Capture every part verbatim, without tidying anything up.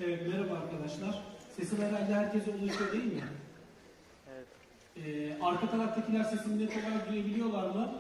Evet, merhaba arkadaşlar. Sesim herhalde herkese ulaşıyor değil mi? Evet. Ee, arka taraftakiler sesimi net olarak duyabiliyorlar mı?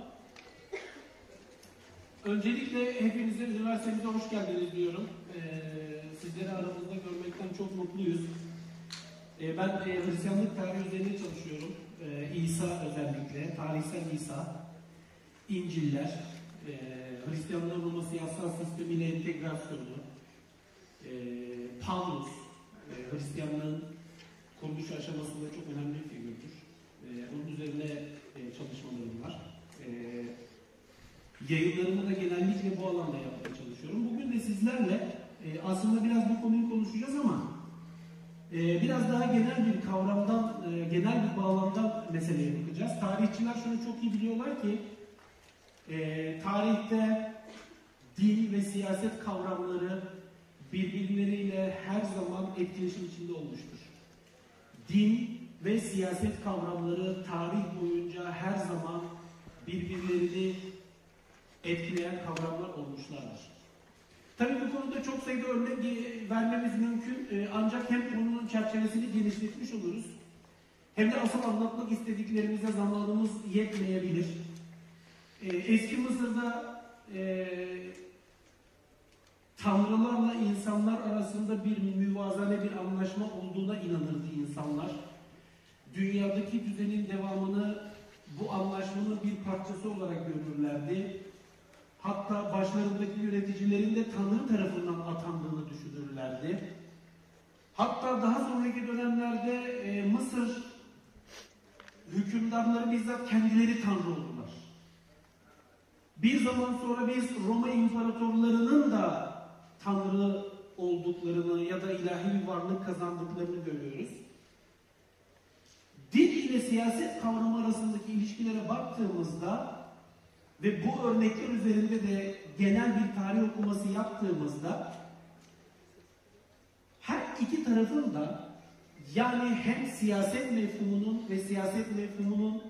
Öncelikle hepinize üniversitemize hoş geldiniz diyorum. Ee, sizleri aramızda görmekten çok mutluyuz. Ee, ben e, Hristiyanlık tarihi üzerine çalışıyorum. Ee, İsa özellikle, tarihsel İsa, İncil'ler, e, Hristiyanlığın Roma siyasal sistemiyle entegrasyonu, e, Paulus, e, Hristiyanlığın kuruluş aşamasında çok önemli bir figürdür. E, onun üzerine e, çalışmalarım var. E, yayınlarımı da genellikle bu alanda yapmaya çalışıyorum. Bugün de sizlerle e, aslında biraz bu konuyu konuşacağız ama e, biraz daha genel bir kavramdan, e, genel bir bağlamdan meseleye bakacağız. Tarihçiler şunu çok iyi biliyorlar ki e, tarihte din ve siyaset kavramları birbirleriyle her zaman etkileşim içinde olmuştur. Din ve siyaset kavramları tarih boyunca her zaman birbirlerini etkileyen kavramlar olmuşlardır. Tabii bu konuda çok sayıda örnek vermemiz mümkün, ancak hem konunun çerçevesini genişletmiş oluruz, hem de asıl anlatmak istediklerimize zamanımız yetmeyebilir. Eski Mısır'da e, tanrılarla insanlar arasında bir müvazene, bir anlaşma olduğuna inanırdı insanlar. Dünyadaki düzenin devamını bu anlaşmanın bir parçası olarak görürlerdi. Hatta başlarındaki yöneticilerin de Tanrı tarafından atandığını düşünürlerdi. Hatta daha sonraki dönemlerde e, Mısır hükümdarları bizzat kendileri Tanrı oldular. Bir zaman sonra biz Roma imparatorlarının da Tanrı olduklarını ya da ilahi bir varlık kazandıklarını görüyoruz. Din ile siyaset kavramı arasındaki ilişkilere baktığımızda ve bu örnekler üzerinde de genel bir tarih okuması yaptığımızda her iki tarafın da, yani hem siyaset mefhumunun ve siyaset mefhumunun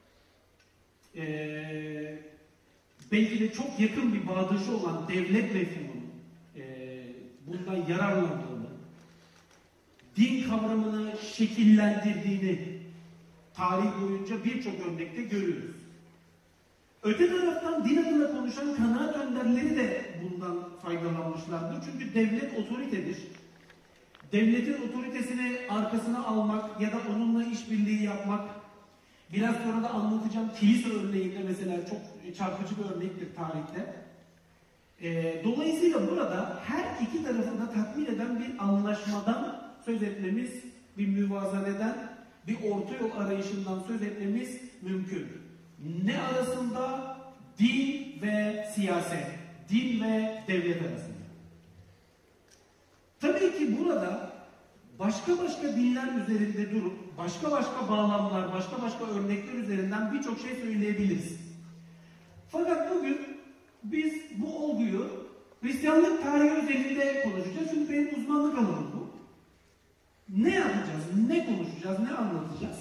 ee, belki de çok yakın bir bağdaşı olan devlet mefhumunun bundan yararlandığını, din kavramını şekillendirdiğini tarih boyunca birçok örnekte görüyoruz. Öte taraftan din adına konuşan kanaat önderleri de bundan faydalanmışlardır. Çünkü devlet otoritedir. Devletin otoritesini arkasına almak ya da onunla işbirliği yapmak, biraz sonra da anlatacağım kilise örneğinde mesela çok çarpıcı bir örnektir tarihte. E, dolayısıyla burada her iki tarafı da tatmin eden bir anlaşmadan söz etmemiz, bir müvazaneden, bir orta yol arayışından söz etmemiz mümkün. Ne arasında? Din ve siyaset, din ve devlet arasında. Tabii ki burada başka başka dinler üzerinde durup, başka başka bağlamlar, başka başka örnekler üzerinden birçok şey söyleyebiliriz. Fakat bugün biz bu olguyu Hristiyanlık tarihi özelinde konuşacağız. Çünkü benim uzmanlık alanım bu. Ne yapacağız, ne konuşacağız, ne anlatacağız?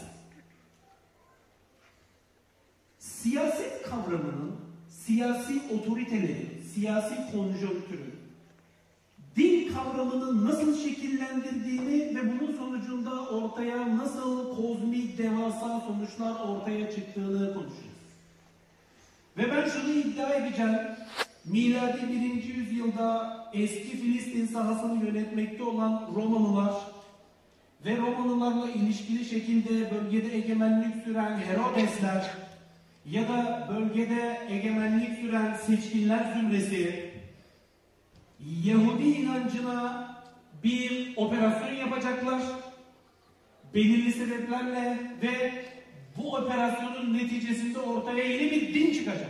Siyaset kavramının, siyasi otoriteleri, siyasi konjonktürü, din kavramının nasıl şekillendirdiğini ve bunun sonucunda ortaya nasıl kozmik, devasa sonuçlar ortaya çıktığını konuşacağız. Ve ben şunu iddia edeceğim, miladi birinci yüzyılda eski Filistin sahasını yönetmekte olan Romalılar ve Romalılarla ilişkili şekilde bölgede egemenlik süren Herodesler ya da bölgede egemenlik süren seçkinler zümresi Yahudi inancına bir operasyon yapacaklar, belirli sebeplerle ve bu operasyonun neticesinde ortaya yeni bir din çıkacak.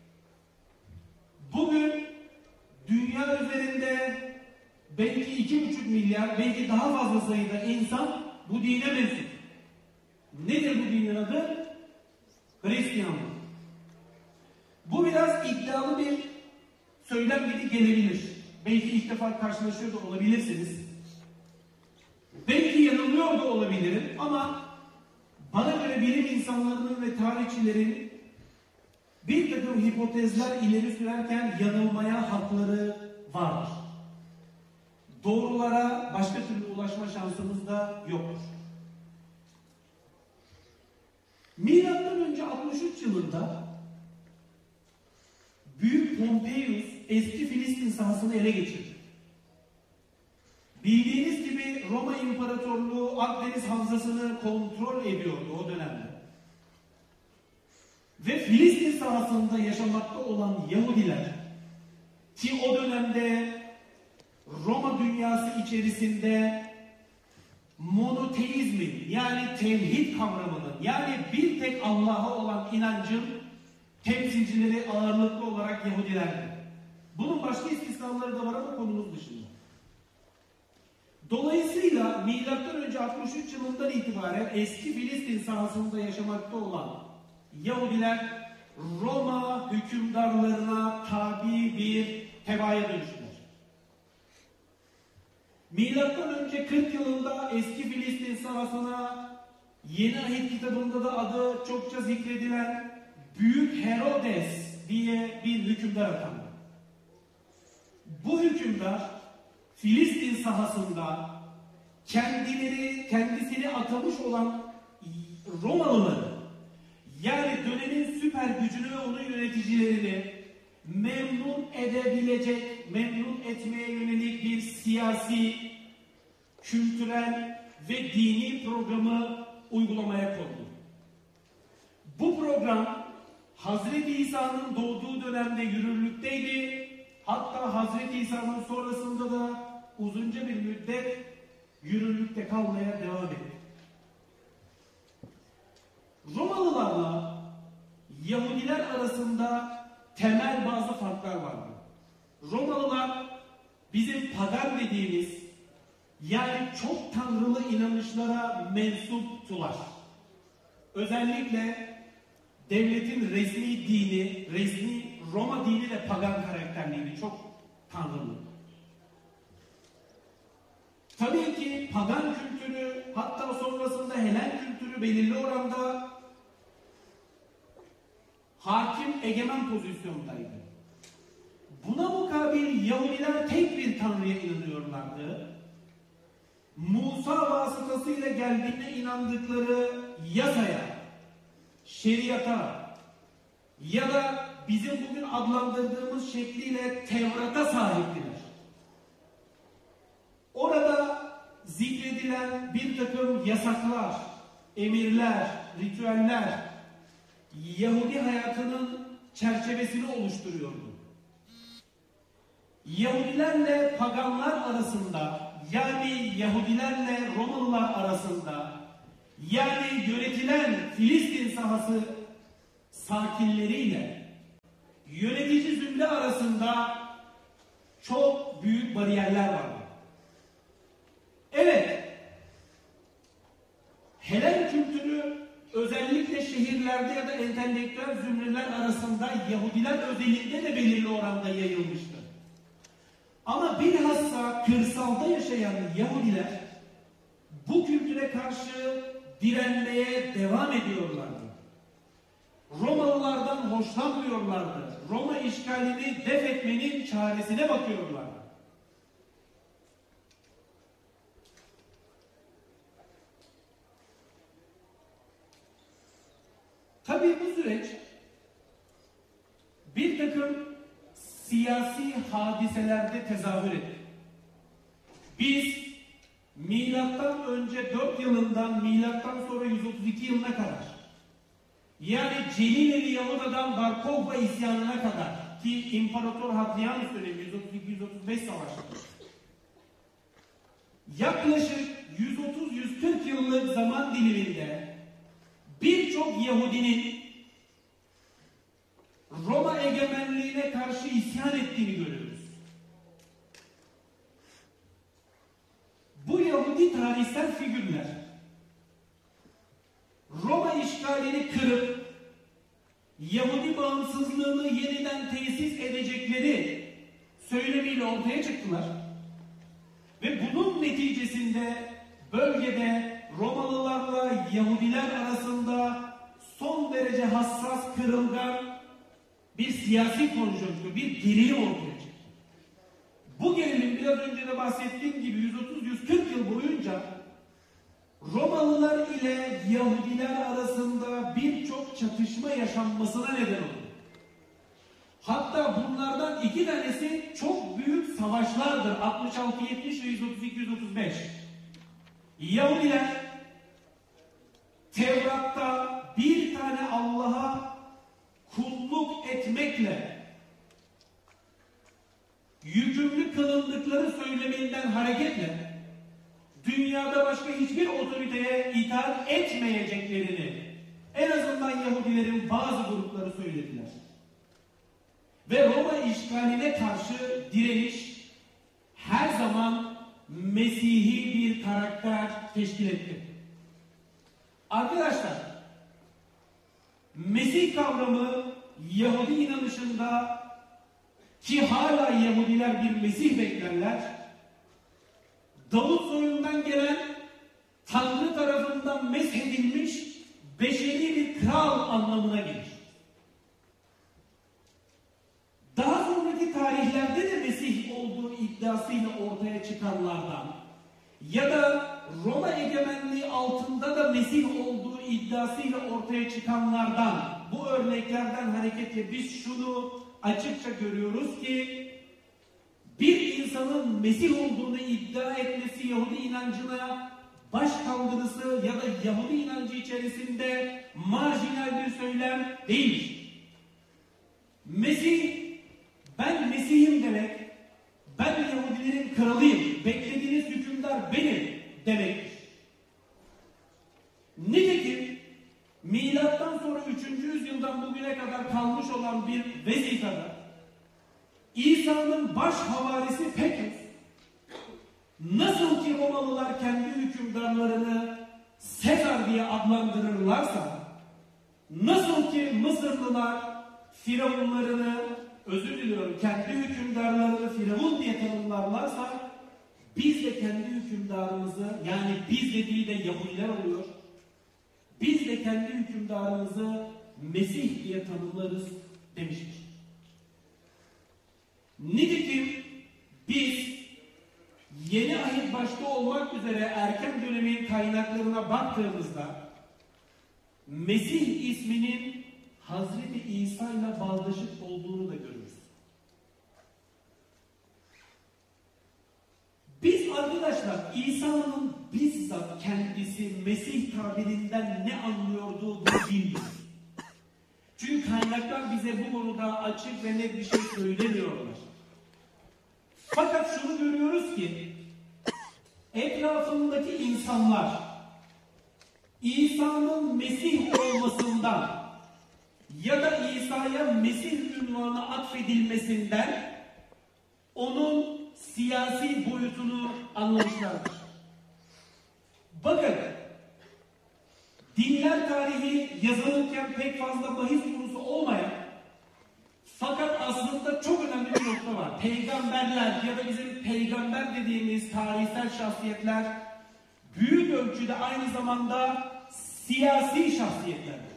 Bugün dünya üzerinde belki iki buçuk milyar, belki daha fazla sayıda insan bu dine mensup. Nedir bu dinin adı? Hristiyanlık. Bu biraz iddialı bir söylem gibi gelebilir. Belki ilk defa karşılaşıyor da olabilirsiniz. Belki yanılıyor da olabilirim ama bana göre bilim insanlarının ve tarihçilerin bir takım hipotezler ileri sürerken yanılmaya hakları vardır. doğrulara başka türlü ulaşma şansımız da yoktur. Milattan önce altmış üç yılında Büyük Pompeius eski Filistin sahasını ele geçirdi. Bildiğiniz gibi Roma İmparatorluğu Akdeniz Havzası'nı kontrol ediyordu o dönemde. Ve Filistin sahasında yaşamakta olan Yahudiler, ki o dönemde Roma dünyası içerisinde monoteizmin, yani tevhid kavramının, yani bir tek Allah'a olan inancın temsilcileri ağırlıklı olarak Yahudilerdi. Bunun başka istisnaları da var ama konumuz dışında. Dolayısıyla milattan önce altmış üç yılından itibaren eski Filistin sahasında yaşamakta olan Yahudiler Roma hükümdarlarına tabi bir tebaaya dönüştüler. Milattan önce kırk yılında eski Filistin sahasına Yeni Ahit kitabında da adı çokça zikredilen Büyük Herodes diye bir hükümdar atandı. Bu hükümdar Filistin sahasında kendileri kendisini atamış olan Romalıları, yani dönemin süper gücünü ve onun yöneticilerini memnun edebilecek, memnun etmeye yönelik bir siyasi, kültürel ve dini programı uygulamaya kondu. Bu program Hazreti İsa'nın doğduğu dönemde yürürlükteydi. Hatta Hazreti İsa'nın sonrasında da uzunca bir müddet yürürlükte kalmaya devam etti. Romalılarla Yahudiler arasında temel bazı farklar vardı. Romalılar bizim pagan dediğimiz, yani çok tanrılı inanışlara mensuptular. Özellikle devletin resmi dini, resmi Roma dini de pagan karakterliydi, çok tanrılı. Tabii ki pagan kültürü, hatta sonrasında Helen kültürü belirli oranda hakim, egemen pozisyondaydı. Buna mukabil Yahudiler tek bir tanrıya inanıyorlardı. Musa vasıtasıyla geldiğine inandıkları yasaya, şeriata ya da bizim bugün adlandırdığımız şekliyle Tevrat'a sahiptiler. Orada zikredilen bir takım yasaklar, emirler, ritüeller Yahudi hayatının çerçevesini oluşturuyordu. Yahudilerle paganlar arasında, yani Yahudilerle Romalılar arasında, yani yönetilen Filistin sahası sakinleriyle yönetici zümre arasında çok büyük bariyerler vardı. Evet, Helen kültürü özellikle şehirlerde ya da entelektüel zümreler arasında Yahudiler özelinde de belirli oranda yayılmıştı. Ama bilhassa kırsalda yaşayan Yahudiler bu kültüre karşı direnmeye devam ediyorlardı. Romalılardan hoşlanmıyorlardı. Roma işgalini def etmenin çaresine bakıyorlardı. Tabii bu süreç bir takım siyasi hadiselerde tezahür etti. Biz milattan önce dört yılından milattan sonra yüz otuz iki yılına kadar, yani Celileli Yahuda'dan Bar Kokhba isyanına kadar, ki İmparator Hadrianus dönemi yüz otuz iki yüz otuz beş savaşları, yaklaşık yüz otuz yüz kırk yıllık zaman diliminde birçok Yahudinin Roma egemenliğine karşı isyan ettiğini görüyoruz. Bu Yahudi tarihsel figürler Roma işgalini kırıp Yahudi bağımsızlığını yeniden tesis edecekleri söylemiyle ortaya çıktılar. Ve bunun neticesinde bölgede Romalılarla Yahudiler arasında son derece hassas, kırılgan bir siyasi konjonktür, bir gerilim ortaya çıktı. Bu gerilim biraz biraz önce de bahsettiğim gibi yüz otuz yüz kırk yıl boyunca Romalılar ile Yahudiler arasında birçok çatışma yaşanmasına neden oldu. Hatta bunlardan iki tanesi çok büyük savaşlardır. altmış altı yetmiş ve yüz otuz iki yüz otuz beş. Yahudiler Tevrat'ta bir tane Allah'a kulluk etmekle yükümlü kılındıkları söyleminden hareketle dünyada başka hiçbir otoriteye itaat etmeyeceklerini en azından Yahudilerin bazı grupları söylediler. Ve Roma işgaline karşı direniş her zaman Mesih'i bir karakter teşkil etti. Arkadaşlar, Mesih kavramı Yahudi inanışında, ki hala Yahudiler bir Mesih beklerler, Davut soyundan gelen, Tanrı tarafından meshedilmiş beşeri bir kral anlamına gelir. Daha sonraki tarihlerde de Mesih olduğu iddiasıyla ortaya çıkanlardan ya da Roma egemenliği altında da Mesih olduğu iddiasıyla ortaya çıkanlardan, bu örneklerden hareketle biz şunu açıkça görüyoruz ki bir insanın Mesih olduğunu iddia etmesi Yahudi inancına baş kaldırısı ya da Yahudi inancı içerisinde marjinal bir söylem değildir. Mesih, ben Mesih'im demek, ben Yahudilerin kralıyım, beklediğiniz hükümdar benim demektir. Nitekim milattan sonra üçüncü yüzyıldan bugüne kadar kalmış olan bir vesikada İsa'nın baş havarisi Petrus, nasıl ki Romalılar kendi hükümdarlarını Sezar diye adlandırırlarsa, nasıl ki Mısırlılar firavunlarını, özür diliyorum, kendi hükümdarlarını firavun diye tanımlarlarsa, biz de kendi hükümdarımızı, yani biz dediği de Yahudiler oluyor, biz de kendi hükümdarımızı Mesih diye tanımlarız demiştir. Nitekim biz Yeni Ahit başta olmak üzere erken dönemin kaynaklarına baktığımızda Mesih isminin Hazreti İsa ile bağdaşık olduğunu da görürüz. Biz arkadaşlar İsa'nın bizzat kendisi Mesih tabirinden ne anlıyordu bunu bilmiyoruz. Çünkü kaynaklar bize bu konuda açık ve net bir şey söylemiyorlar. Fakat şunu görüyoruz ki etrafındaki insanlar İsa'nın Mesih olmasından ya da İsa'ya Mesih ünvanı atfedilmesinden onun siyasi boyutunu anlamışlardır. Bakın, dinler tarihi yazılırken pek fazla bahis konusu olmayan fakat aslında çok önemli bir nokta var. Peygamberler ya da bizim peygamber dediğimiz tarihsel şahsiyetler büyük ölçüde aynı zamanda siyasi şahsiyetlerdir.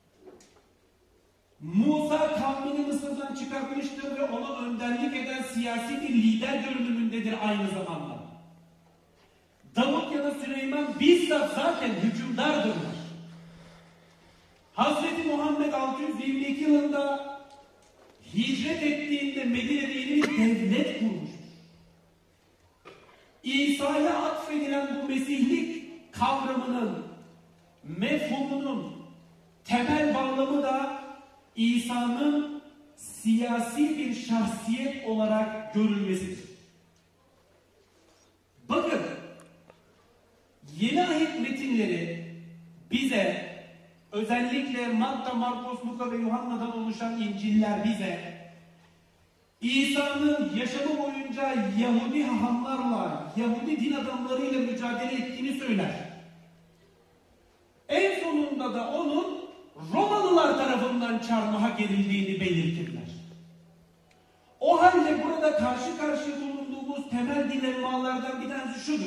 Musa kavmini Mısır'dan çıkartmıştır ve ona önderlik eden siyasi bir lider görünümündedir aynı zamanda. Davut ya da Süleyman bizzat zaten hükümdardırlar. Hazreti Muhammed altı yüz yirmi iki yılında hicret ettiğinde Medine'de yeni bir devlet kurmuştur. İsa'ya atfedilen bu Mesihlik kavramının, mefhumunun temel bağlamı da İsa'nın siyasi bir şahsiyet olarak görülmesidir. Bakın, Yeni Ahit metinleri bize, özellikle Matta, Markos, Luka ve Yuhanna'dan oluşan İncil'ler bize İsa'nın yaşamı boyunca Yahudi hahamlarla, Yahudi din adamlarıyla mücadele ettiğini söyler. En sonunda da onun Romalılar tarafından çarmıha gerildiğini belirtirler. O halde burada karşı karşıya bulunduğumuz temel dilemmalardan bir tanesi şudur.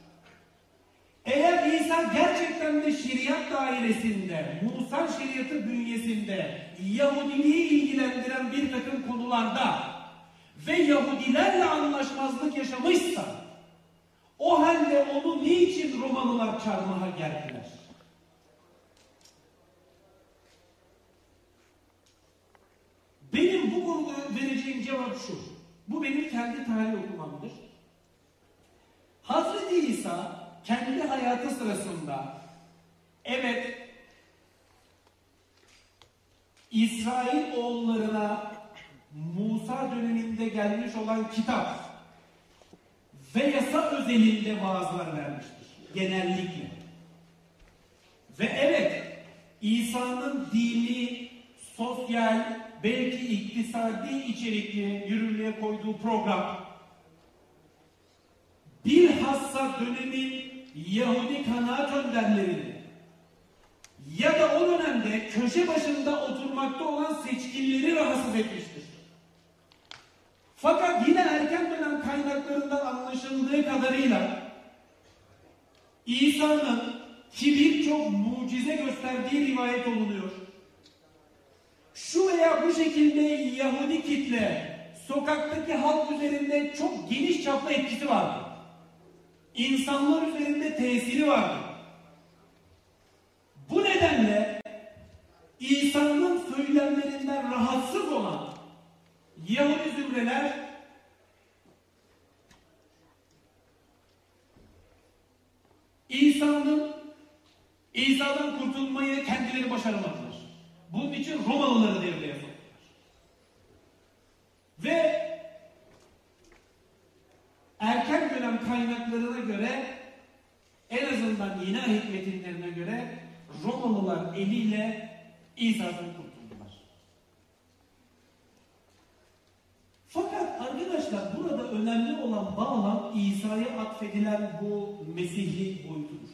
Eğer İsa gerçekten de şeriat dairesinde, Musa şeriatı bünyesinde Yahudiliği ilgilendiren bir takım konularda ve Yahudilerle anlaşmazlık yaşamışsa, o halde onu niçin Romalılar çarmıha gerdiler? Benim bu konuda vereceğim cevap şu. Bu benim kendi tarih okumamdır. Hazreti İsa kendi hayatı sırasında evet İsrail oğullarına Musa döneminde gelmiş olan kitap ve yasa özelinde vaazlar vermiştir. Genellikle. Ve evet İsa'nın dini, sosyal, belki iktisadi içerikli yürürlüğe koyduğu program bilhassa dönemin Yahudi kanaat önderlerini ya da o dönemde köşe başında oturmakta olan seçkinleri rahatsız etmiştir. Fakat yine erken dönem kaynaklarından anlaşıldığı kadarıyla İsa'nın ki birçok mucize gösterdiği rivayet olunuyor. Şu veya bu şekilde Yahudi kitle, sokaktaki halk üzerinde çok geniş çaplı etkisi vardı. İnsanlar üzerinde tesiri vardı. Bu nedenle İsa'nın söylemlerinden rahatsız olan Yahudi zümreler İsa'nın İsa'dan kurtulmayı kendileri başaramadılar. Bunun için Romalıları devreye soktular. Ve erken dönem kaynaklarına göre, en azından yeni ahit metinlerine göre Romalılar eliyle İsa'dan kurtuldular. Fakat arkadaşlar burada önemli olan bağlam İsa'ya atfedilen bu Mesihlik boyutudur.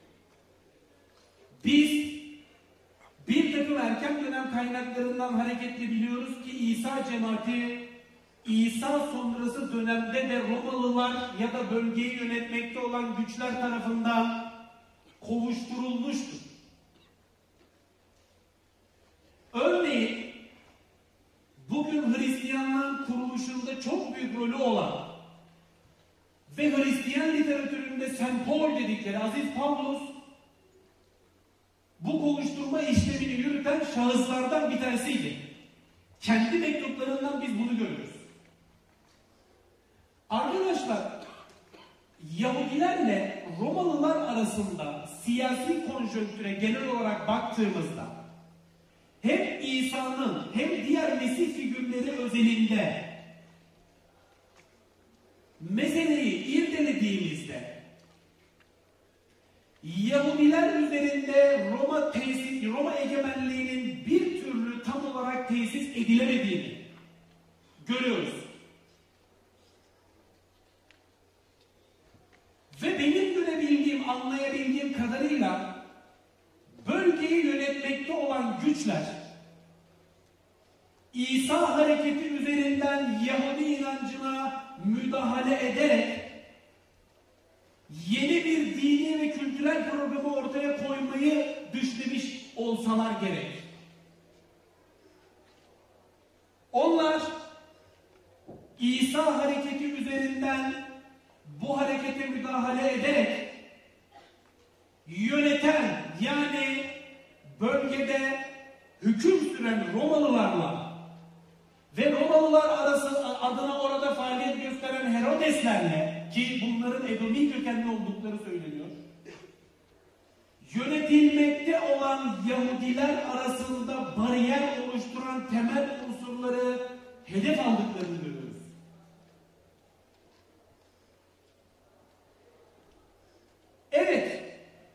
Biz bir takım erken dönem kaynaklarından hareketle biliyoruz ki İsa cemaati İsa sonrası dönemde de Romalılar ya da bölgeyi yönetmekte olan güçler tarafından kovuşturulmuştur. Örneğin bugün Hristiyanlığın kuruluşunda çok büyük rolü olan ve Hristiyan literatüründe Saint Paul dedikleri Aziz Pavlos bu kovuşturma işlemini yürüten şahıslardan bir tanesiydi. Kendi mektuplarından biz bunu görüyoruz. Arkadaşlar, Yahudilerle Romalılar arasında siyasi konjonktüre genel olarak baktığımızda hem İsa'nın hem diğer Mesih figürleri özelinde meseleyi irdelediğimizde Yahudiler üzerinde Roma tesis, Roma egemenliğinin bir türlü tam olarak tesis edilemediğini görüyoruz. Ve benim görebildiğim, anlayabildiğim kadarıyla bölgeyi yönetmekte olan güçler İsa hareketi üzerinden Yahudi inancına müdahale ederek yeni bir dini ve kültürel programı ortaya koymayı düşlemiş olsalar gerek. Onlar İsa hareketi üzerinden bu harekete müdahale ederek yöneten, yani bölgede hüküm süren Romalılarla ve Romalılar arası adına orada faaliyet gösteren Herodeslerle, ki bunların Edomi kökenli oldukları söyleniyor, yönetilmekte olan Yahudiler arasında bariyer oluşturan temel unsurları hedef aldıklarını görüyoruz. Evet,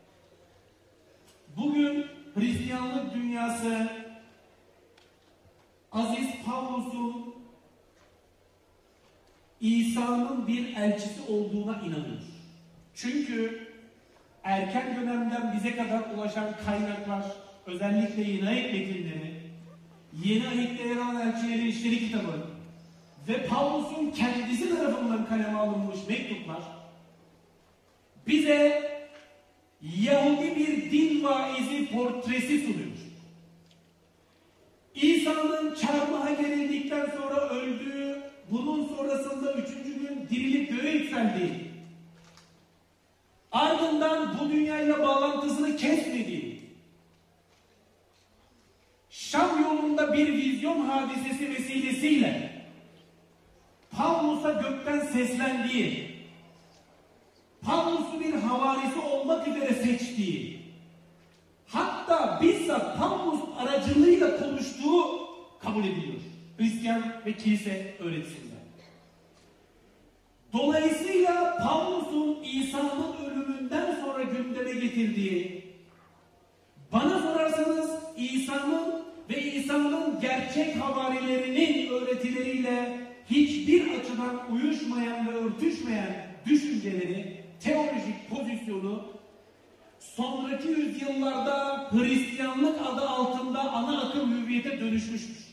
bugün Hristiyanlık dünyası Aziz Pavlos'un İsa'nın bir elçisi olduğuna inanıyor. Çünkü erken dönemden bize kadar ulaşan kaynaklar, özellikle yeni ahit metinleri, yeni ahitte yer alan elçilerin işleri kitabı ve Pavlos'un kendisi tarafından kaleme alınmış mektuplar bize Yahudi bir din vaizi portresi sunuyor. İsa'nın çarmıha gerildikten sonra öldüğü bunun sonrasında üçüncü gün dirilip göğe yükseldiği, ardından bu dünyayla bağlantısını kesmediği, Şam yolunda bir vizyon hadisesi vesilesiyle Pavlus'a gökten seslendiği, Pavlus'u bir havarisi olmak üzere seçtiği, hatta bizzat Pavlus aracılığıyla konuştuğu kabul ediliyor Hristiyan ve kilise öğretisinde. Dolayısıyla Pavlus'un İsa'nın ölümünden sonra gündeme getirdiği, bana sorarsanız İsa'nın ve İsa'nın gerçek havarilerinin öğretileriyle hiçbir açıdan uyuşmayan ve örtüşmeyen düşünceleri, teolojik pozisyonu sonraki yüzyıllarda Hristiyanlık adı altında ana akım hüviyete dönüşmüştür.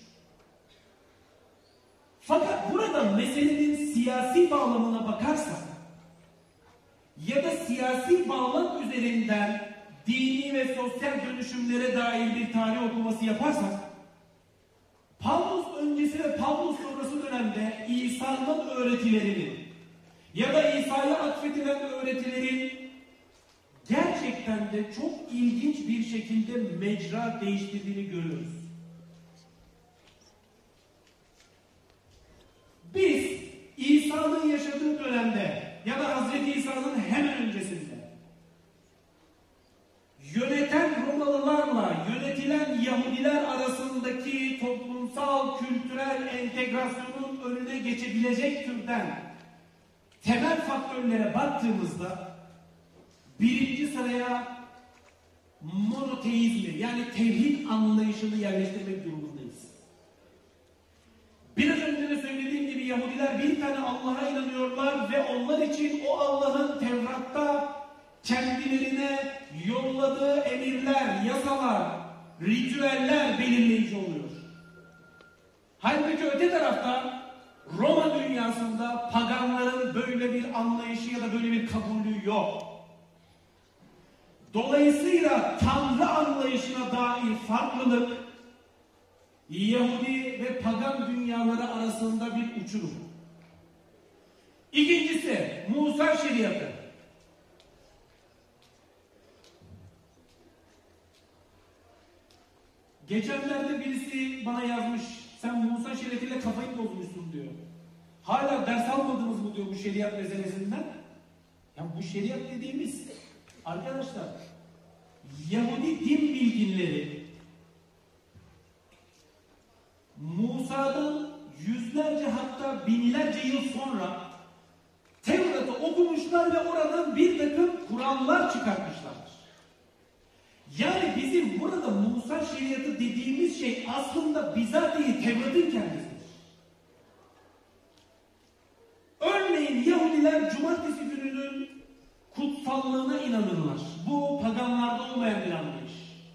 Fakat burada meselenin siyasi bağlamına bakarsak ya da siyasi bağlam üzerinden dini ve sosyal dönüşümlere dair bir tarih okuması yaparsak, Pavlus öncesi ve Pavlus sonrası dönemde İsa'nın öğretilerinin ya da İsa'ya atfedilen öğretilerin gerçekten de çok ilginç bir şekilde mecra değiştirdiğini görüyoruz. Biz İsa'nın yaşadığı dönemde ya da Hazreti İsa'nın hemen öncesinde yöneten Romalılarla yönetilen Yahudiler arasındaki toplumsal, kültürel entegrasyonun önüne geçebilecek türden temel faktörlere baktığımızda birinci sıraya monoteizmi, yani tevhid anlayışını yerleştirmek durumundayız. Biraz önce de söylediğim gibi Yahudiler bir tane Allah'a inanıyorlar ve onlar için o Allah'ın Tevrat'ta kendilerine yolladığı emirler, yasalar, ritüeller belirleyici oluyor. Halbuki öte tarafta Roma dünyasında paganların böyle bir anlayışı ya da böyle bir kabulü yok. Dolayısıyla Tanrı anlayışına dair farklılık Yahudi ve pagan dünyaları arasında bir uçurum. İkincisi Musa şeriatı. Geçenlerde birisi bana yazmış, sen Musa şeriatıyla kafayı bozmuşsun diyor. Hala ders almadınız mı diyor bu şeriat meselesinden. Ya bu şeriat dediğimiz arkadaşlar Yahudi din bilginleri Musa'dan yüzlerce hatta binlerce yıl sonra Tevrat'ı okumuşlar ve oradan bir takım kurallar çıkartmışlardır. Yani bizim burada Musa şeriatı dediğimiz şey aslında bizatihi Tevrat'ın kendisidir. Örneğin Yahudiler cumartesi gününün kutsallığına inanırlar. Bu paganlarda olmayan bir anlayış.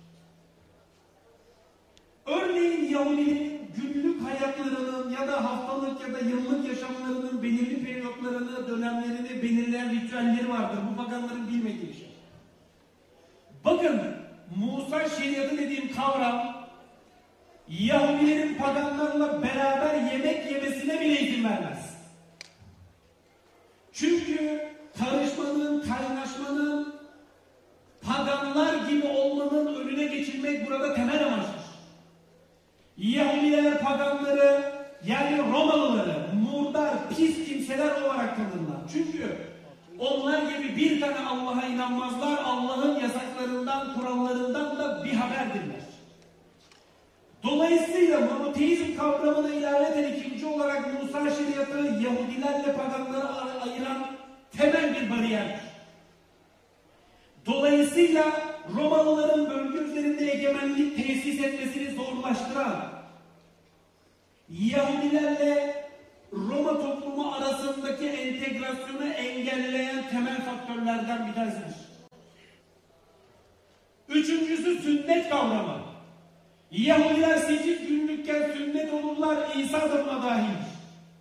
Örneğin Yahudilerin günlük hayatlarının ya da haftalık ya da yıllık yaşamlarının belirli periyotlarını, dönemlerini belirleyen ritüelleri vardır. Bu paganların bilmediği şey. Bakın Musa şeriatı dediğim kavram Yahudilerin paganlarla beraber yemek yemesine bile izin vermez. Çünkü karışmanın, kaynaşmanın, paganlar gibi olmanın önüne geçilmek burada temel amaçtır. Yahudiler paganları, yani Romalıları murdar, pis kimseler olarak tanırlar. Çünkü onlar gibi bir tane Allah'a inanmazlar, Allah'ın yasaklarından, kurallarından da bir haberdirler. Dolayısıyla monoteizm kavramına ilave eden ikinci olarak Musa şeriatı Yahudilerle paganları ayıran temel bir bariyerdir. Dolayısıyla Romalıların bölge üzerinde egemenlik tesis etmesini zorlaştıran, Yahudilerle Roma toplumu arasındaki entegrasyonu engelleyen temel faktörlerden bir tanesidir. Üçüncüsü sünnet kavramı. Yahudiler sekiz günlükken sünnet olurlar, İsa da buna dahildir.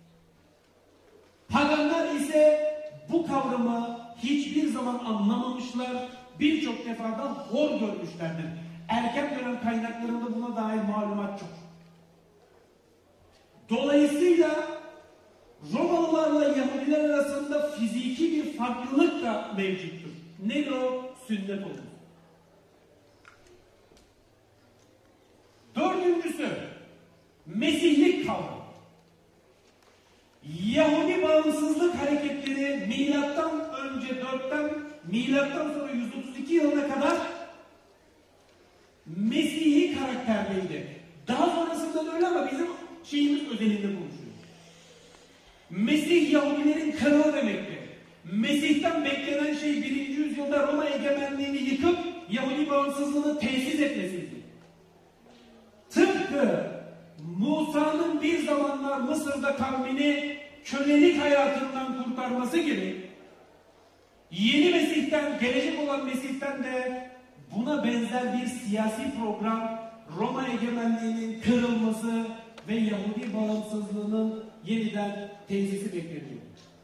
Paganlar ise bu kavramı hiçbir zaman anlamamışlar, birçok defada hor görmüşlerdir. Erken dönem kaynaklarında buna dair malumat çok. Dolayısıyla Romalılarla Yahudiler arasında fiziki bir farklılık da mevcuttur. Nedir o? Sünnet olur. Dördüncüsü, Mesihlik kavramı. Yahudi bağımsızlık hareketleri milattan önce dörtten milattan sonra yüz otuz iki yılına kadar Mesih'i karakterliydi. Daha sonrasında da öyle ama bizim şeyimiz özelinde konuşuyor. Mesih Yahudilerin kralı demekti. Mesih'ten beklenen şey birinci yüzyılda Roma egemenliğini yıkıp Yahudi bağımsızlığını tesis etmesiydi. Tıpkı Musa'nın bir zamanlar Mısır'da kavmini kölelik hayatından kurtarması gibi yeni Mesih'ten, gelecek olan Mesih'ten de buna benzer bir siyasi program, Roma egemenliğinin kırılması ve Yahudi bağımsızlığının yeniden tesisi bekleniyor.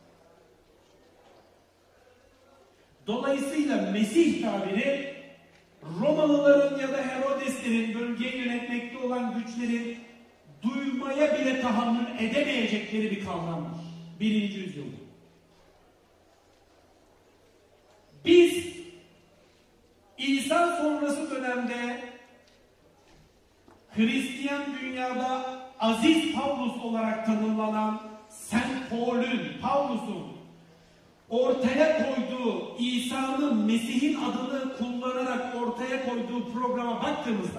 Dolayısıyla Mesih tabiri Romalıların ya da Herodeslerin bölgeyi yönetmekte olan güçlerin duymaya bile tahammül edemeyecekleri bir kavramdır. Birinci yüzyılda. Biz İsa sonrası dönemde Hristiyan dünyada Aziz Pavlus olarak tanımlanan Saint Paul'ün, Pavlus'un ortaya koyduğu, İsa'nın, Mesih'in adını kullanarak ortaya koyduğu programa baktığımızda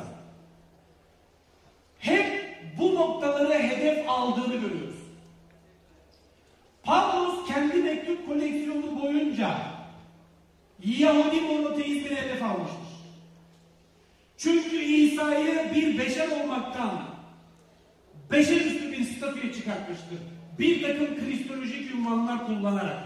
hep bu noktaları hedef aldığını görüyoruz. Pavlus kendi mektup koleksiyonu boyunca Yahudi monoteizmini hedef almıştır. Çünkü İsa'yı bir beşer olmaktan beşerüstü bir statüye çıkartmıştır. Bir takım kristolojik ünvanlar kullanarak.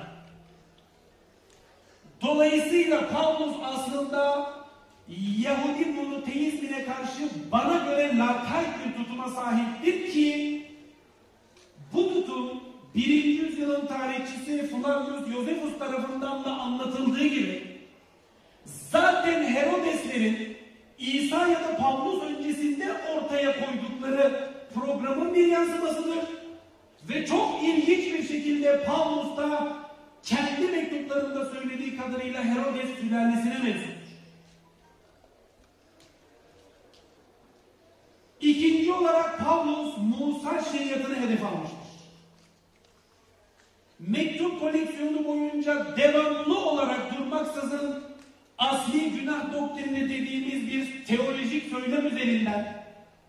Dolayısıyla Pavlus aslında Yahudi monoteizmine karşı bana göre lakayt bir tutuma sahiptir ki bu tutum birinci yüzyılın tarihçisi Flavius Josephus tarafından da anlatıldığı gibi zaten Herodeslerin İsa ya da Pavlus öncesinde ortaya koydukları programın bir yansımasıdır. Ve çok ilginç bir şekilde Pavlus da kendi mektuplarında söylediği kadarıyla Herodes sülalesine mensuptur. İkinci olarak Pavlus Musa şeriatını hedef almıştır. Mektup koleksiyonu boyunca devamlı olarak durmaksızın asli günah doktrini dediğimiz bir teolojik söylem üzerinden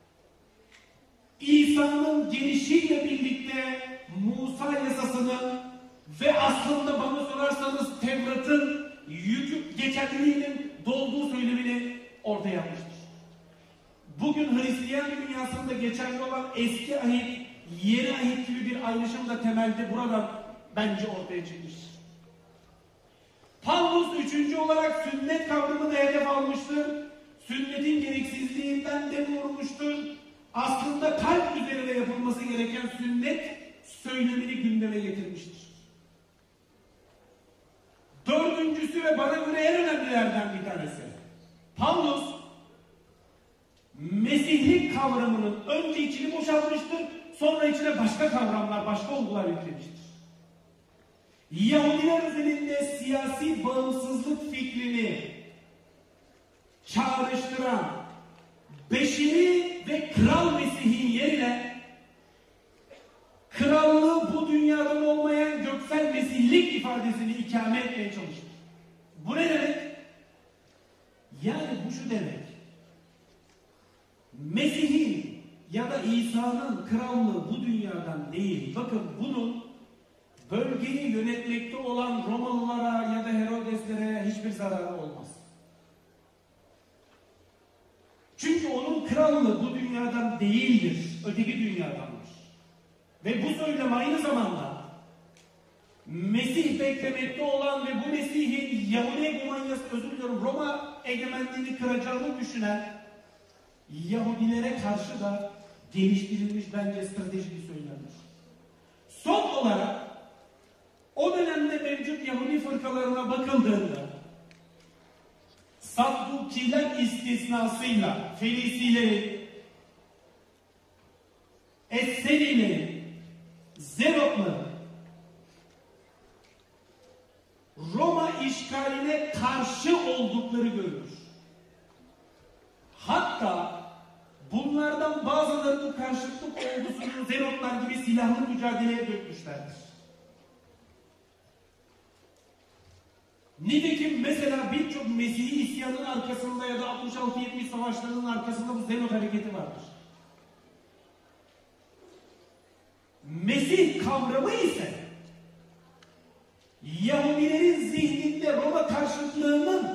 İsa'nın gelişiyle birlikte Musa yasasını ve aslında bana sorarsanız Tevrat'ın yükü geçerliliğinin dolduğu söylemini ortaya atmıştır. Bugün Hristiyan dünyasında geçerli olan eski ahit, yeni ahit gibi bir ayrışım da temelde buradan bence ortaya çıkmıştır. Pavlus üçüncü olarak sünnet kavramını hedef almıştır. Sünnetin gereksizliğinden de vurmuştur. Aslında kalp üzerine yapılması gereken sünnet söylemini gündeme getirmiştir. Dördüncüsü ve bana göre en önemlilerden bir tanesi. Pavlus Mesihlik kavramının önce içini boşaltmıştır, sonra içine başka kavramlar, başka olgular yüklemiştir. Yahudiler özelinde siyasi bağımsızlık fikrini çağrıştıran beşeri ve kral Mesih'in yerine krallığı bu dünyadan olmayan göksel Mesihlik ifadesini ikame etmeye çalışır. Bu ne demek? Yani bu şu demek. Mesih'in ya da İsa'nın krallığı bu dünyadan değil. Bakın bunun bölgeyi yönetmekte olan Romalılara ya da Herodeslere hiçbir zararı olmaz. Çünkü onun krallığı bu dünyadan değildir, öteki dünyadandır. Ve bu söylem aynı zamanda Mesih beklemekte olan ve bu Mesih'in Yahudi hegemonyası, özür diliyorum, Roma egemenliğini kıracağını düşünen Yahudilere karşı da geliştirilmiş bence stratejik bir söylemdir. Son olarak o dönemde mevcut Yahudi fırkalarına bakıldığında Saddukiler istisnasıyla Felisileri, Essenileri, Zelotları işgaline karşı oldukları görülür. Hatta bunlardan bazıları bu karşıtlık ordusunu Zenotlar gibi silahlı mücadeleye dökmüşlerdir. Nitekim mesela birçok Mesih'i isyanın arkasında ya da altmış altı yetmiş savaşlarının arkasında bu Zenot hareketi vardır. Mesih kavramı ise Yahudilerin zihninde Roma karşıtlığının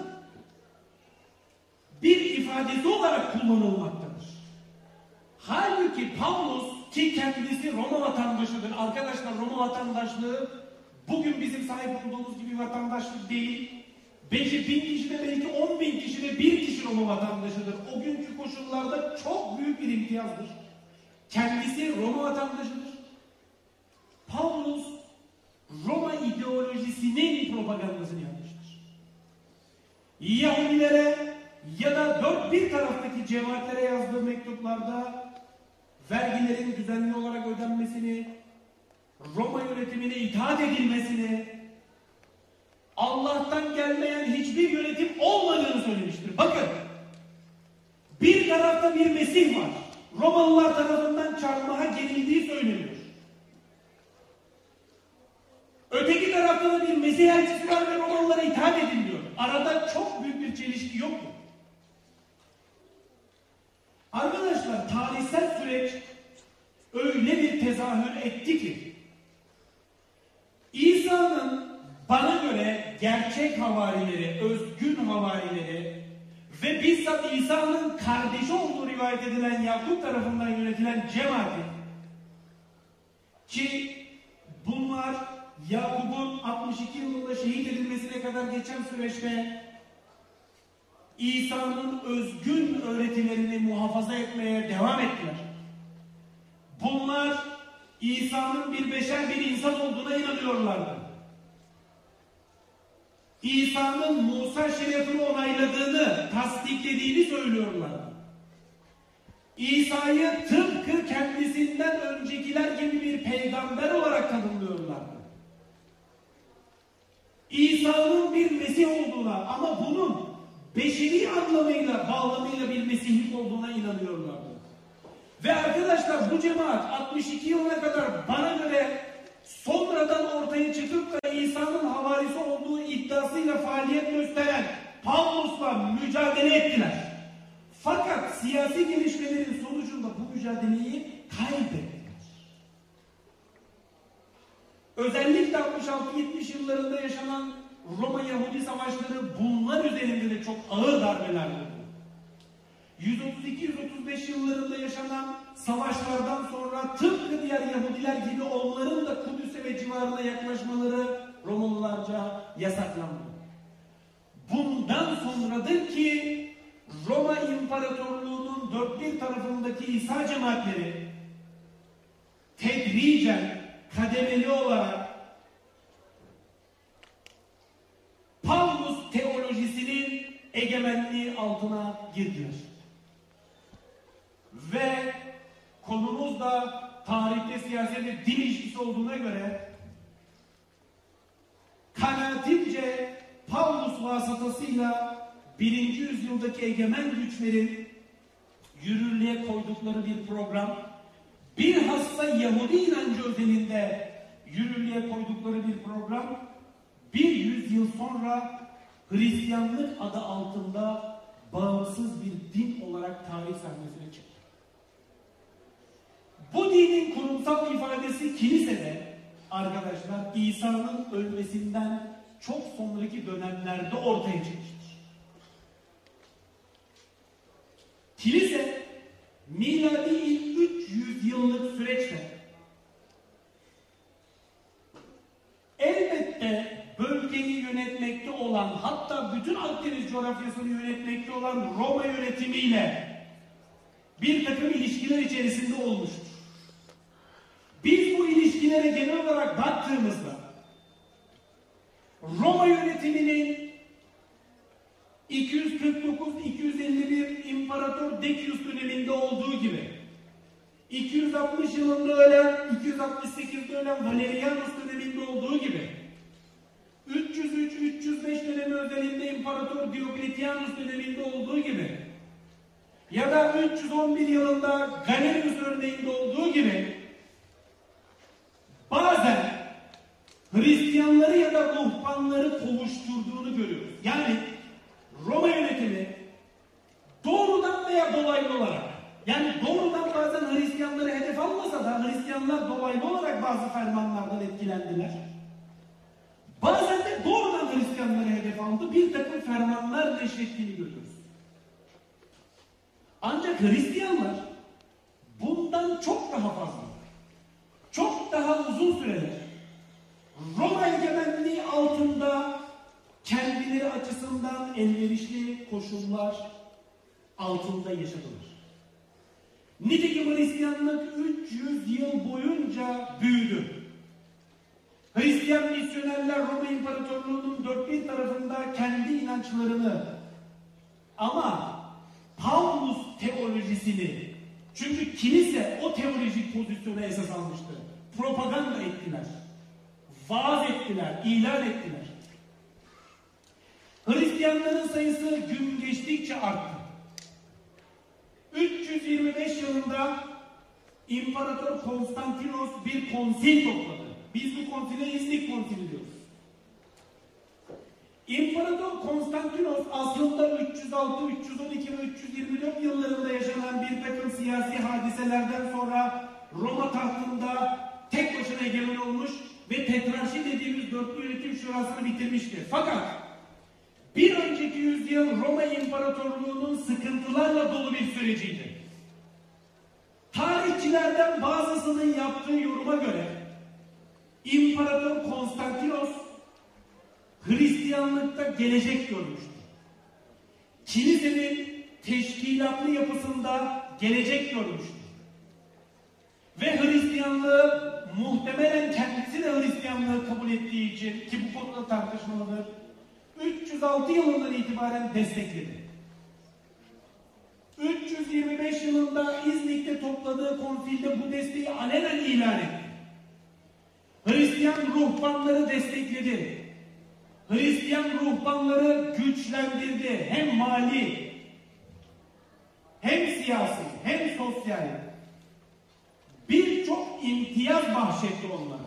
bir ifadesi olarak kullanılmaktadır. Halbuki Pavlus, ki kendisi Roma vatandaşıdır. Arkadaşlar, Roma vatandaşlığı bugün bizim sahip olduğumuz gibi vatandaşlık değil. Belki bin kişide, belki on bin kişide bir kişi Roma vatandaşıdır. O günkü koşullarda çok büyük bir imtiyazdır. Kendisi Roma vatandaşıdır. Pavlus Roma ideolojisinin propagandasını yapmıştır. Yahudilere ya da dört bir taraftaki cemaatlere yazdığı mektuplarda vergilerin düzenli olarak ödenmesini, Roma yönetimine itaat edilmesini, Allah'tan gelmeyen hiçbir yönetim olmadığını söylemiştir. Bakın, bir tarafta bir Mesih var. Romalılar tarafından çarmıha gerildiği söyleniyor. Öteki tarafta da bir Mesih elçisi var ve Romalılara itaat edin diyor. Arada çok büyük bir çelişki yok mu? Arkadaşlar, tarihsel süreç öyle bir tezahür etti ki İsa'nın bana göre gerçek havarileri, özgün havarileri ve bizzat İsa'nın kardeşi olduğu rivayet edilen Yakup tarafından yönetilen cemaati, ki bunlar Yakup'un altmış iki yılında şehit edilmesine kadar geçen süreçte İsa'nın özgün öğretilerini muhafaza etmeye devam ettiler. Bunlar İsa'nın bir beşer, bir insan olduğuna inanıyorlardı. İsa'nın Musa şeriatını onayladığını, tasdiklediğini söylüyorlardı. İsa'yı tıpkı kendisinden öncekiler gibi bir peygamber olarak tanımlıyorlardı. İsa'nın bir Mesih olduğuna, ama bunun beşeri anlamıyla, bağlamıyla bir Mesihlik olduğuna inanıyorlardı. Ve arkadaşlar, bu cemaat altmış iki yılına kadar bana göre sonradan ortaya çıkıp da İsa'nın havarisi olduğu iddiasıyla faaliyet gösteren Pavlus'la mücadele ettiler. Fakat siyasi gelişmelerin sonucunda bu mücadeleyi kaybettiler. Özellikle altmış altı yetmiş yıllarında yaşanan Roma-Yahudi savaşları bunlar üzerinde de çok ağır darbeler oldu. yüz otuz iki yüz otuz beş yıllarında yaşanan savaşlardan sonra tıpkı diğer Yahudiler gibi onların da Kudüs'e ve civarına yaklaşmaları Romalılarca yasaklandı. Bundan sonradır ki Roma İmparatorluğu'nun dört bir tarafındaki İsa cemaatleri tedricen, kademeli olarak Pavlus teolojisinin egemenliği altına girdiler. Ve konumuz da tarihte, siyasette din ilişkisi olduğuna göre kanaatimce Pavlus vasıtasıyla birinci yüzyıldaki egemen güçlerin yürürlüğe koydukları bir program, bilhassa Yahudi inancı özelinde yürürlüğe koydukları bir program, bir yüzyıl sonra Hristiyanlık adı altında bağımsız bir din olarak tarih sahnesine çıktı. Bu dinin kurumsal ifadesi kilisede arkadaşlar İsa'nın ölmesinden çok sonraki dönemlerde ortaya çıkmıştır. Kilise miladi ilk üç yüz yıllık süreçte elbette bölgeyi yönetmekte olan, hatta bütün Akdeniz coğrafyasını yönetmekte olan Roma yönetimiyle bir takım ilişkiler içerisinde olmuştur. Biz bu ilişkilere genel olarak baktığımızda Roma yönetiminin iki yüz kırk dokuz iki yüz elli bir İmparator Decius döneminde olduğu gibi iki yüz altmış yılında ölen, iki yüz altmış sekizde ölen Valerianus döneminde olduğu gibi üç yüz üç üç yüz beş özelinde İmparator Diocletianus döneminde olduğu gibi ya da üç yüz on bir yılında Galerius örneğinde olduğu gibi bazen Hristiyanları ya da ruhbanları kovuşturduğunu görüyoruz. Yani Roma yönetimi doğrudan veya dolaylı olarak, yani doğrudan bazen Hristiyanları hedef almasa da Hristiyanlar dolaylı olarak bazı fermanlardan etkilendiler. Bazen de doğrudan Hristiyanları hedef aldı, bir takım fermanlar neşrettiğini görüyoruz. Ancak Hristiyanlar bundan çok daha fazla, çok daha uzun süreler Roma egemenliği altında kendileri açısından elverişli koşullar altında yaşadılar. Nitekim Hristiyanlık üç yüz yıl boyunca büyüdü. Hristiyan misyonerler Roma İmparatorluğu'nun dört bir tarafında kendi inançlarını ama Paulus teolojisini, çünkü kilise o teolojik pozisyona esas almıştı. Propaganda ettiler, vaaz ettiler, ilan ettiler. Hristiyanların sayısı gün geçtikçe arttı. üç yüz yirmi beş yılında İmparator Konstantinos bir konsil topladı. Biz bu konsile İznik Konsili diyoruz. İmparator Konstantinos aslında üç yüz altı, üç yüz on iki ve üç yüz yirmi dört yıllarında yaşanan bir takım siyasi hadiselerden sonra Roma tahtında tek başına egemen olmuş ve tetrarşi dediğimiz dörtlü yönetim şurasını bitirmiştir. Fakat bir önceki yüzyıl Roma İmparatorluğu'nun sıkıntılarla dolu bir süreciydi. Tarihçilerden bazısının yaptığı yoruma göre İmparator Konstantinos Hristiyanlıkta gelecek görmüştür. Kilisenin teşkilatlı yapısında gelecek görmüştür. Ve Hristiyanlığı muhtemelen kendisi de Hristiyanlığı kabul ettiği için, ki bu konuda tartışmalıdır, üç yüz altı yılından itibaren destekledi. üç yüz yirmi beş yılında İznik'te topladığı konsilde bu desteği alenen ilan etti. Hristiyan ruhbanları destekledi. Hristiyan ruhbanları güçlendirdi. Hem mali, hem siyasi, hem sosyal. Birçok imtiyaz bahşetti onlara.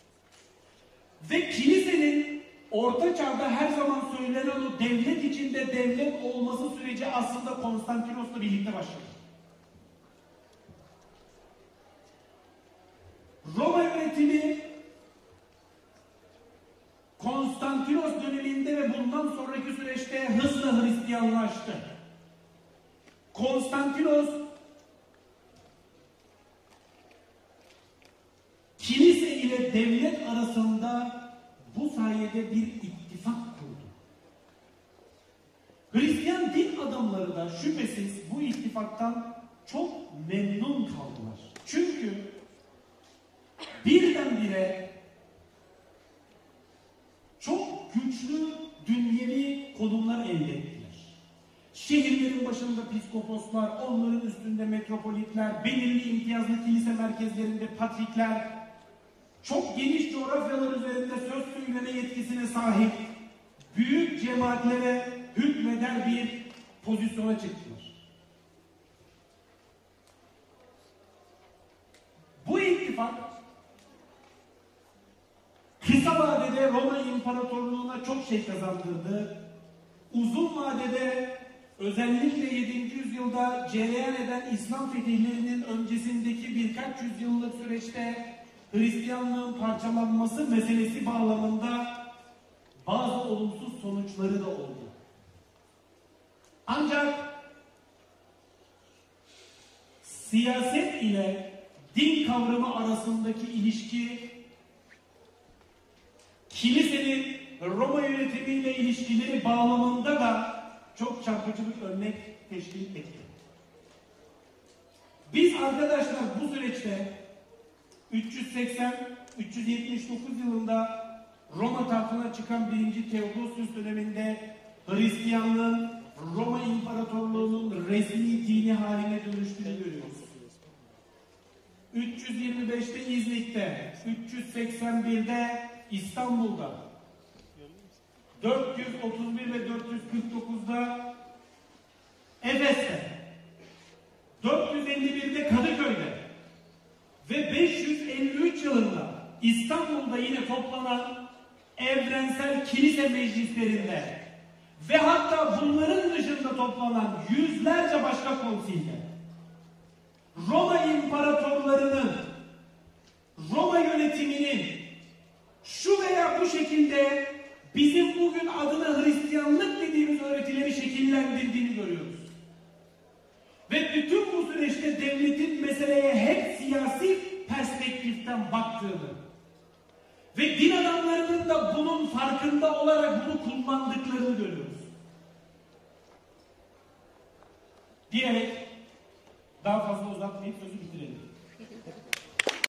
Ve kilisenin Orta Çağ'da her zaman söylenen o devlet içinde devlet olması süreci aslında Konstantinos'la birlikte başladı. Roma yönetimi Konstantinos döneminde ve bundan sonraki süreçte hızla Hristiyanlaştı. Konstantinos kilise ile devlet arasında bu sayede bir ittifak kurdu. Hristiyan din adamları da şüphesiz bu ittifaktan çok memnun kaldılar. Çünkü birdenbire çok güçlü dünyevi konumlar elde ettiler. Şehirlerin başında piskoposlar, onların üstünde metropolitler, belirli imtiyazlı kilise merkezlerinde patrikler, çok geniş coğrafyalar üzerinde söz söyleme yetkisine sahip büyük cemaatlere hükmeder bir pozisyona çıktılar. Bu ittifak kısa vadede Roma İmparatorluğu'na çok şey kazandırdı. Uzun vadede özellikle yedinci yüzyılda cereyan eden İslam fetihlerinin öncesindeki birkaç yüzyıllık süreçte Hristiyanlığın parçalanması meselesi bağlamında bazı olumsuz sonuçları da oldu. Ancak siyaset ile din kavramı arasındaki ilişki, kilisenin Roma yönetimiyle ilişkileri bağlamında da çok çarpıcı bir örnek teşkil etti. Biz arkadaşlar bu süreçte üç yüz seksen üç yüz yetmiş dokuz yılında Roma tahtına çıkan birinci Theodosius döneminde Hristiyanlığın Roma İmparatorluğu'nun resmi dini haline dönüştüğünü görüyoruz. üç yüz yirmi beşte İznik'te, üç yüz seksen birde İstanbul'da, dört yüz otuz bir ve dört yüz kırk dokuzda Efes'te, dört yüz elli birde Kadıköy'de ve beş yüz elli üç yılında İstanbul'da yine toplanan evrensel kilise meclislerinde ve hatta bunların dışında toplanan yüzlerce başka konsilde Roma imparatorlarının, Roma yönetiminin şu veya bu şekilde bizim bugün adına Hristiyanlık dediğimiz öğretileri şekillendirdiğini görüyoruz. Ve bütün bu süreçte devletin meseleye hep siyasi perspektiften baktığını ve din adamlarının da bunun farkında olarak bunu kullandıklarını görüyoruz. Diyerek daha fazla uzatmayıp sözü bitireceğim.